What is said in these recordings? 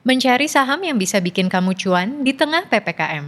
Mencari saham yang bisa bikin kamu cuan di tengah PPKM.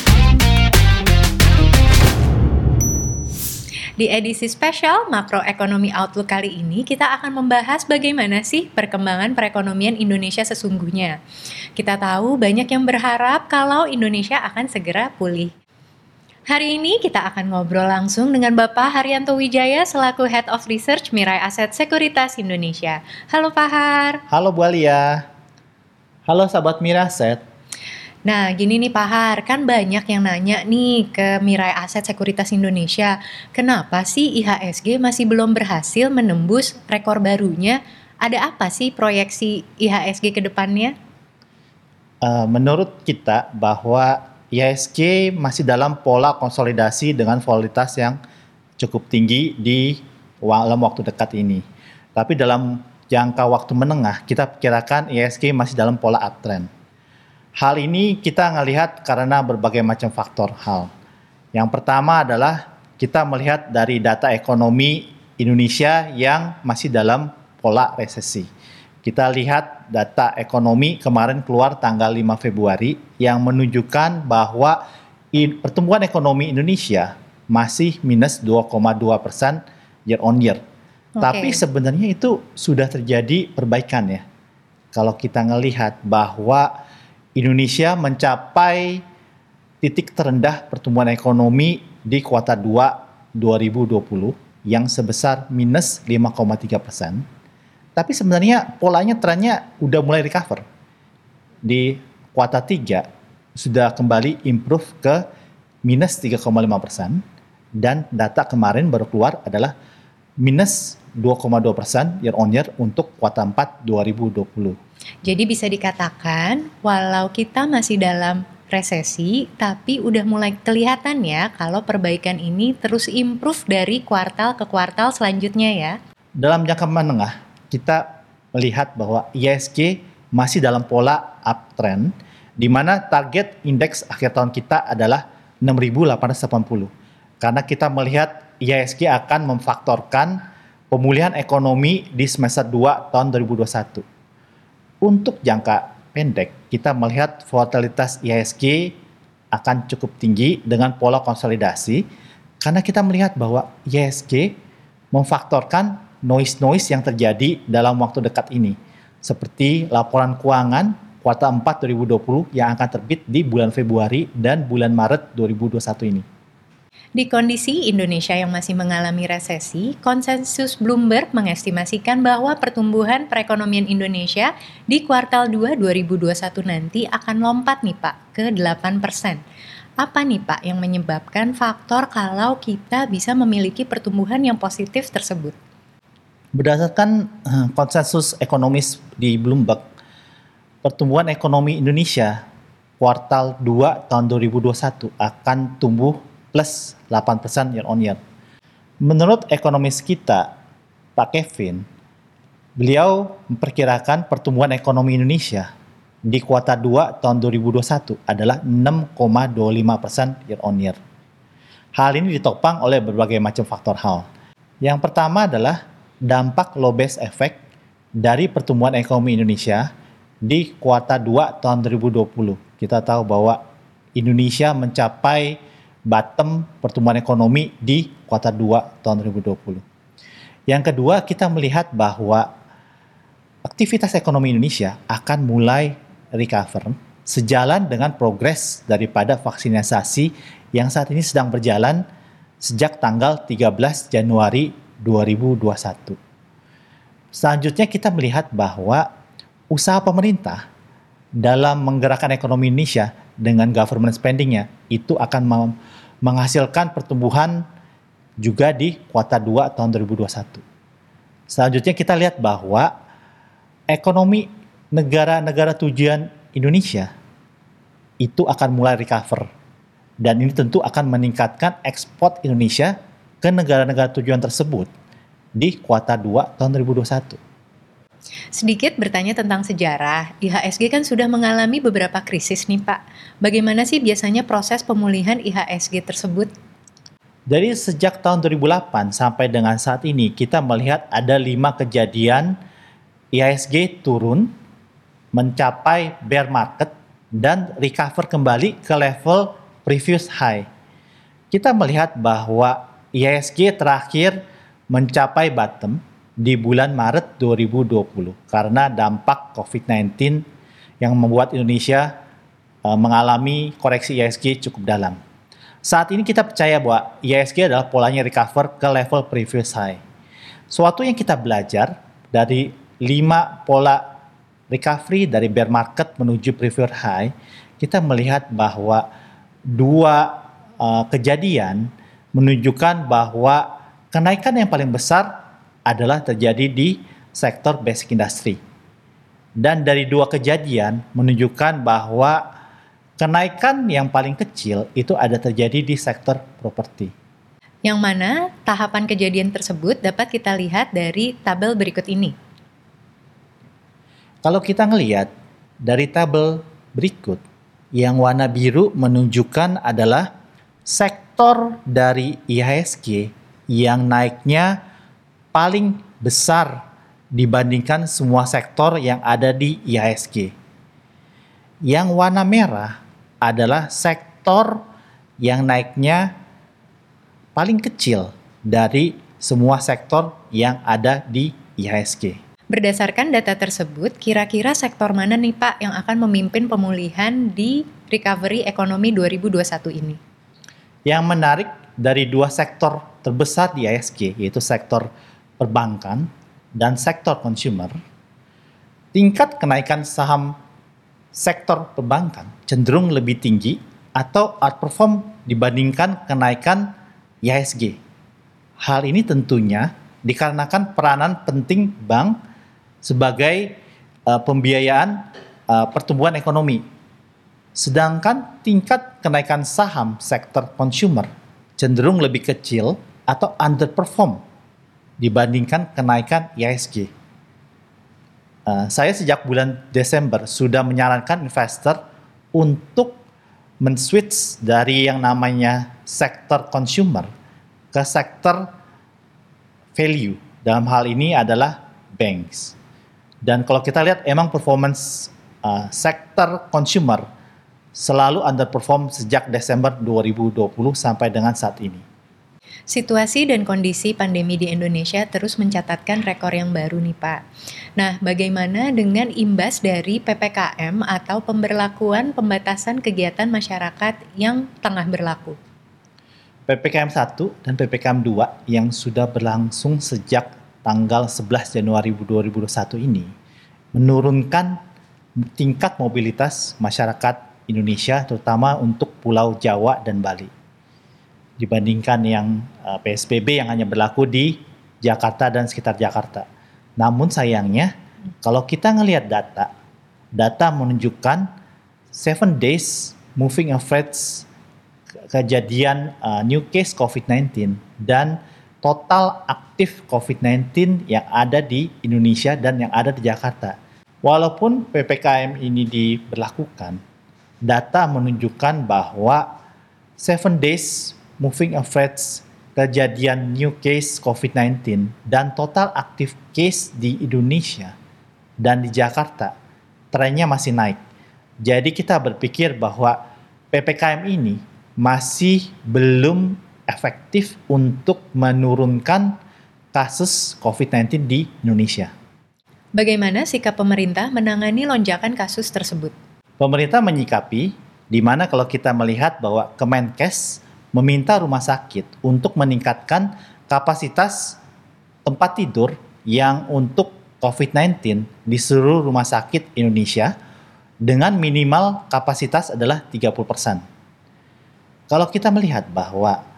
Di edisi spesial Makroekonomi Outlook kali ini, kita akan membahas bagaimana sih perkembangan perekonomian Indonesia sesungguhnya. Kita tahu banyak yang berharap kalau Indonesia akan segera pulih. Hari ini kita akan ngobrol langsung dengan Bapak Haryanto Wijaya selaku Head of Research Mirai Aset Sekuritas Indonesia. Halo Pak Har. Halo Bu Alia. Halo sahabat Mirai Aset. Nah gini nih Pak Har, kan banyak yang nanya nih ke Mirai Aset Sekuritas Indonesia, kenapa sih IHSG masih belum berhasil menembus rekor barunya? Ada apa sih proyeksi IHSG ke depannya? Menurut kita bahwa IHSG masih dalam pola konsolidasi dengan volatilitas yang cukup tinggi dalam waktu dekat ini. Tapi dalam jangka waktu menengah, kita perkirakan IHSG masih dalam pola uptrend. Hal ini kita ngelihat karena berbagai macam faktor hal. Yang pertama adalah kita melihat dari data ekonomi Indonesia yang masih dalam pola resesi. Kita lihat data ekonomi kemarin keluar tanggal 5 Februari yang menunjukkan bahwa pertumbuhan ekonomi Indonesia masih minus 2,2% year on year. Tapi sebenarnya itu sudah terjadi perbaikan ya. Kalau kita ngelihat bahwa Indonesia mencapai titik terendah pertumbuhan ekonomi di kuartal 2 2020 yang sebesar minus 5,3%. Tapi sebenarnya polanya trennya udah mulai recover. Di kuartal 3 sudah kembali improve ke minus 3,5% dan data kemarin baru keluar adalah minus 2,2% year on year untuk kuartal 4 2020. Jadi bisa dikatakan walau kita masih dalam resesi, tapi udah mulai kelihatan ya kalau perbaikan ini terus improve dari kuartal ke kuartal selanjutnya ya. Dalam jangka menengah, kita melihat bahwa IHSG masih dalam pola uptrend, di mana target indeks akhir tahun kita adalah 6.880. Karena kita melihat IHSG akan memfaktorkan pemulihan ekonomi di semester 2 tahun 2021. Untuk jangka pendek, kita melihat volatilitas IHSG akan cukup tinggi dengan pola konsolidasi karena kita melihat bahwa IHSG memfaktorkan noise yang terjadi dalam waktu dekat ini seperti laporan keuangan kuartal 4 2020 yang akan terbit di bulan Februari dan bulan Maret 2021 ini. Di kondisi Indonesia yang masih mengalami resesi, konsensus Bloomberg mengestimasikan bahwa pertumbuhan perekonomian Indonesia di kuartal 2 2021 nanti akan lompat nih Pak ke 8%. Apa nih Pak yang menyebabkan faktor kalau kita bisa memiliki pertumbuhan yang positif tersebut? Berdasarkan konsensus ekonomis di Bloomberg, pertumbuhan ekonomi Indonesia kuartal 2 tahun 2021 akan tumbuh plus 8% year on year. Menurut ekonomis kita, Pak Kevin, beliau memperkirakan pertumbuhan ekonomi Indonesia di kuartal 2 tahun 2021 adalah 6,25% year on year. Hal ini ditopang oleh berbagai macam faktor hal. Yang pertama adalah dampak low base effect dari pertumbuhan ekonomi Indonesia di kuartal 2 tahun 2020. Kita tahu bahwa Indonesia mencapai bottom pertumbuhan ekonomi di kuartal 2 tahun 2020. Yang kedua, kita melihat bahwa aktivitas ekonomi Indonesia akan mulai recover sejalan dengan progres daripada vaksinasi yang saat ini sedang berjalan sejak tanggal 13 Januari 2021. Selanjutnya kita melihat bahwa usaha pemerintah dalam menggerakkan ekonomi Indonesia dengan government spending-nya itu akan menghasilkan pertumbuhan juga di kuartal 2 tahun 2021. Selanjutnya kita lihat bahwa ekonomi negara-negara tujuan Indonesia itu akan mulai recover dan ini tentu akan meningkatkan ekspor Indonesia ke negara-negara tujuan tersebut di kuartal 2 tahun 2021. Sedikit bertanya tentang sejarah, IHSG kan sudah mengalami beberapa krisis nih Pak. Bagaimana sih biasanya proses pemulihan IHSG tersebut? Dari sejak tahun 2008 sampai dengan saat ini kita melihat ada 5 kejadian IHSG turun mencapai bear market dan recover kembali ke level previous high. Kita melihat bahwa IHSG terakhir mencapai bottom di bulan Maret 2020 karena dampak COVID-19 yang membuat Indonesia mengalami koreksi IHSG cukup dalam. Saat ini kita percaya bahwa IHSG adalah polanya recover ke level previous high. Suatu yang kita belajar dari 5 pola recovery dari bear market menuju previous high, kita melihat bahwa dua kejadian menunjukkan bahwa kenaikan yang paling besar adalah terjadi di sektor basic industry. Dan dari dua kejadian menunjukkan bahwa kenaikan yang paling kecil itu ada terjadi di sektor properti. Yang mana tahapan kejadian tersebut dapat kita lihat dari tabel berikut ini. Kalau kita ngelihat dari tabel berikut, yang warna biru menunjukkan adalah sektor dari IHSG yang naiknya paling besar dibandingkan semua sektor yang ada di IHSG. Yang warna merah adalah sektor yang naiknya paling kecil dari semua sektor yang ada di IHSG. Berdasarkan data tersebut, kira-kira sektor mana nih Pak yang akan memimpin pemulihan di recovery ekonomi 2021 ini? Yang menarik dari dua sektor terbesar di IHSG, yaitu sektor perbankan dan sektor consumer, tingkat kenaikan saham sektor perbankan cenderung lebih tinggi atau outperform dibandingkan kenaikan IHSG. Hal ini tentunya dikarenakan peranan penting bank sebagai pembiayaan pertumbuhan ekonomi. Sedangkan tingkat kenaikan saham sektor consumer cenderung lebih kecil atau underperform dibandingkan kenaikan IHSG. Saya sejak bulan Desember sudah menyarankan investor untuk men-switch dari yang namanya sektor consumer ke sektor value. Dalam hal ini adalah banks. Dan kalau kita lihat emang performance sektor consumer selalu underperform sejak Desember 2020 sampai dengan saat ini. Situasi dan kondisi pandemi di Indonesia terus mencatatkan rekor yang baru nih Pak. Nah, bagaimana dengan imbas dari PPKM atau pemberlakuan pembatasan kegiatan masyarakat yang tengah berlaku? PPKM 1 dan PPKM 2 yang sudah berlangsung sejak tanggal 11 Januari 2021 ini menurunkan tingkat mobilitas masyarakat Indonesia terutama untuk Pulau Jawa dan Bali dibandingkan yang PSBB yang hanya berlaku di Jakarta dan sekitar Jakarta. Namun sayangnya kalau kita ngelihat data menunjukkan 7 days moving average kejadian new case COVID-19 dan total aktif COVID-19 yang ada di Indonesia dan yang ada di Jakarta. Walaupun PPKM ini diberlakukan, data menunjukkan bahwa 7 days moving average kejadian new case COVID-19 dan total aktif case di Indonesia dan di Jakarta trennya masih naik. Jadi kita berpikir bahwa PPKM ini masih belum efektif untuk menurunkan kasus COVID-19 di Indonesia. Bagaimana sikap pemerintah menangani lonjakan kasus tersebut? Pemerintah menyikapi di mana kalau kita melihat bahwa Kemenkes meminta rumah sakit untuk meningkatkan kapasitas tempat tidur yang untuk COVID-19 di seluruh rumah sakit Indonesia dengan minimal kapasitas adalah 30%. Kalau kita melihat bahwa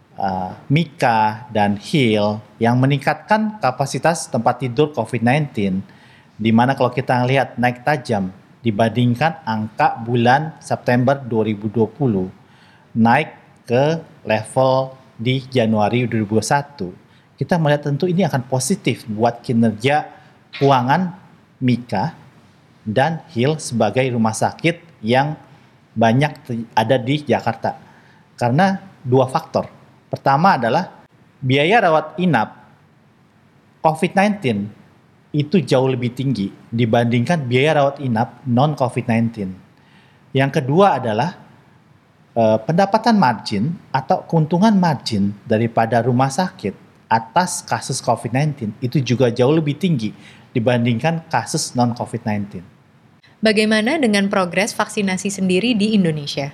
Mika dan Heal yang meningkatkan kapasitas tempat tidur COVID-19, di mana kalau kita lihat naik tajam dibandingkan angka bulan September 2020, naik ke level di Januari 2021, kita melihat tentu ini akan positif buat kinerja keuangan Mika dan Heal sebagai rumah sakit yang banyak ada di Jakarta. Karena dua faktor. Pertama adalah biaya rawat inap COVID-19 itu jauh lebih tinggi dibandingkan biaya rawat inap non-COVID-19. Yang kedua adalah pendapatan margin atau keuntungan margin daripada rumah sakit atas kasus COVID-19 itu juga jauh lebih tinggi dibandingkan kasus non-COVID-19. Bagaimana dengan progres vaksinasi sendiri di Indonesia?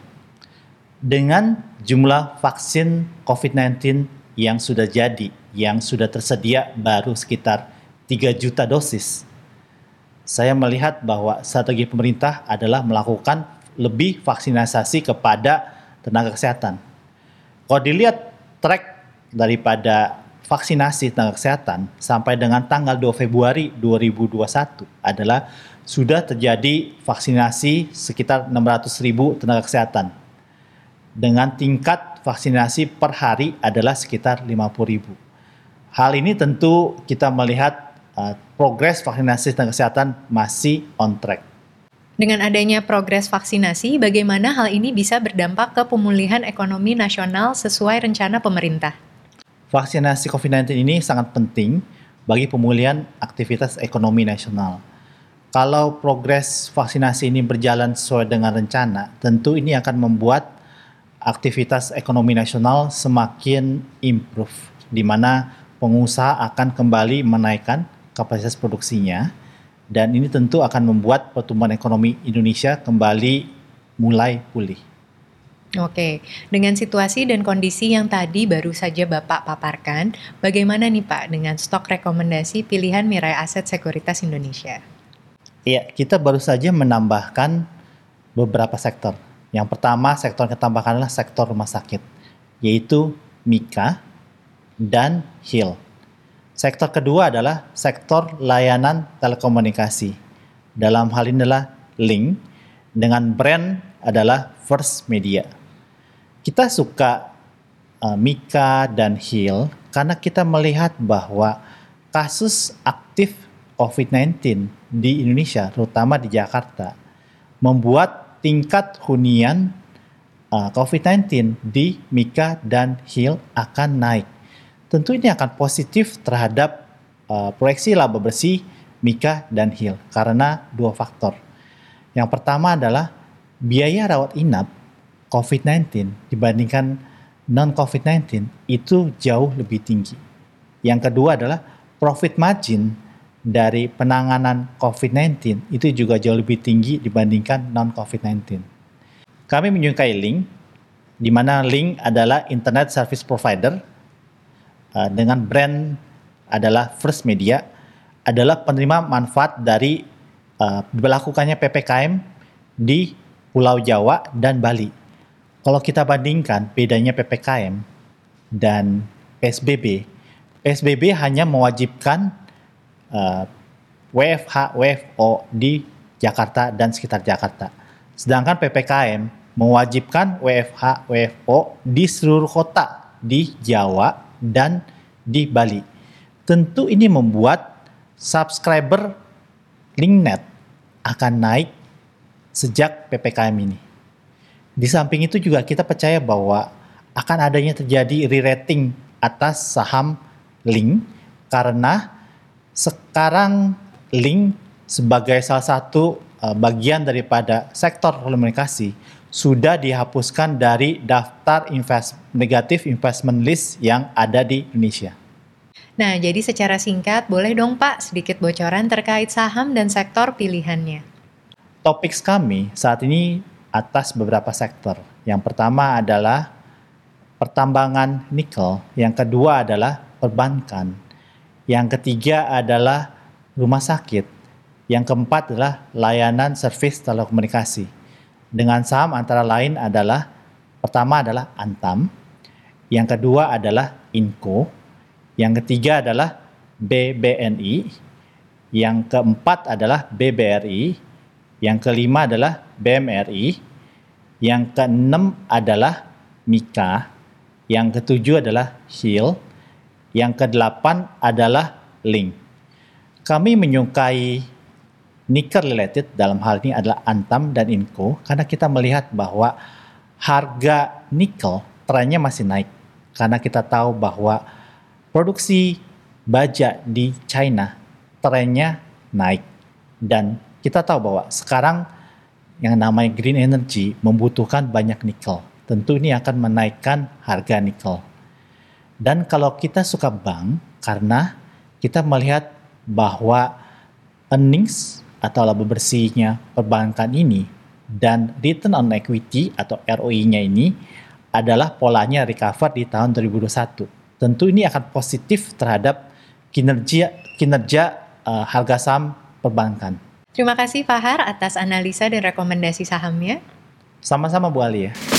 Dengan jumlah vaksin COVID-19 yang sudah jadi, yang sudah tersedia baru sekitar 3 juta dosis, saya melihat bahwa strategi pemerintah adalah melakukan lebih vaksinasi kepada tenaga kesehatan. Kalau dilihat track daripada vaksinasi tenaga kesehatan sampai dengan tanggal 2 Februari 2021 adalah sudah terjadi vaksinasi sekitar 600.000 tenaga kesehatan. Dengan tingkat vaksinasi per hari adalah sekitar 50.000. Hal ini tentu kita melihat progres vaksinasi tenaga kesehatan masih on track. Dengan adanya progres vaksinasi, bagaimana hal ini bisa berdampak ke pemulihan ekonomi nasional sesuai rencana pemerintah? Vaksinasi COVID-19 ini sangat penting bagi pemulihan aktivitas ekonomi nasional. Kalau progres vaksinasi ini berjalan sesuai dengan rencana, tentu ini akan membuat aktivitas ekonomi nasional semakin improve, di mana pengusaha akan kembali menaikkan kapasitas produksinya, dan ini tentu akan membuat pertumbuhan ekonomi Indonesia kembali mulai pulih. Oke, dengan situasi dan kondisi yang tadi baru saja Bapak paparkan, bagaimana nih Pak dengan stok rekomendasi pilihan Mirai Aset Sekuritas Indonesia? Ya, kita baru saja menambahkan beberapa sektor. Yang pertama, sektor yang kita tambahkan adalah sektor rumah sakit, yaitu Mika dan Heal. Sektor kedua adalah sektor layanan telekomunikasi. Dalam hal ini adalah Link, dengan brand adalah First Media. Kita suka Mika dan Heal karena kita melihat bahwa kasus aktif COVID-19 di Indonesia, terutama di Jakarta, membuat tingkat hunian COVID-19 di Mika dan Heal akan naik. Tentu ini akan positif terhadap proyeksi laba bersih Mika dan Heal karena dua faktor. Yang pertama adalah biaya rawat inap COVID-19 dibandingkan non-COVID-19 itu jauh lebih tinggi. Yang kedua adalah profit margin dari penanganan COVID-19 itu juga jauh lebih tinggi dibandingkan non-COVID-19. Kami menyukai Link, di mana Link adalah internet service provider dengan brand adalah First Media, adalah penerima manfaat dari diberlakukannya PPKM di Pulau Jawa dan Bali. Kalau kita bandingkan bedanya PPKM dan PSBB, PSBB hanya mewajibkan WFH, WFO di Jakarta dan sekitar Jakarta. Sedangkan PPKM mewajibkan WFH, WFO di seluruh kota di Jawa dan di Bali. Tentu ini membuat subscriber LinkNet akan naik sejak PPKM ini. Di samping itu juga kita percaya bahwa akan adanya terjadi re-rating atas saham Link karena sekarang Link sebagai salah satu bagian daripada sektor komunikasi sudah dihapuskan dari daftar negatif investment list yang ada di Indonesia. Nah, jadi secara singkat, boleh dong Pak sedikit bocoran terkait saham dan sektor pilihannya? Topik kami saat ini atas beberapa sektor. Yang pertama adalah pertambangan nikel, yang kedua adalah perbankan, yang ketiga adalah rumah sakit, yang keempat adalah layanan servis telekomunikasi. Dengan saham antara lain adalah, pertama adalah Antam, yang kedua adalah Inco, yang ketiga adalah BBNI, yang keempat adalah BBRI, yang kelima adalah BMRI, yang keenam adalah Mika, yang ketujuh adalah Heal, yang kedelapan adalah Link. Kami menyukai nikel related dalam hal ini adalah Antam dan Inco karena kita melihat bahwa harga nikel trennya masih naik karena kita tahu bahwa produksi baja di China trennya naik. Dan kita tahu bahwa sekarang yang namanya green energy membutuhkan banyak nikel. Tentu ini akan menaikkan harga nikel. Dan kalau kita suka bank, karena kita melihat bahwa earnings atau laba bersihnya perbankan ini dan return on equity atau ROE-nya ini adalah polanya recover di tahun 2021. Tentu ini akan positif terhadap kinerja harga saham perbankan. Terima kasih Fahar atas analisa dan rekomendasi sahamnya. Sama-sama Bu Ali ya.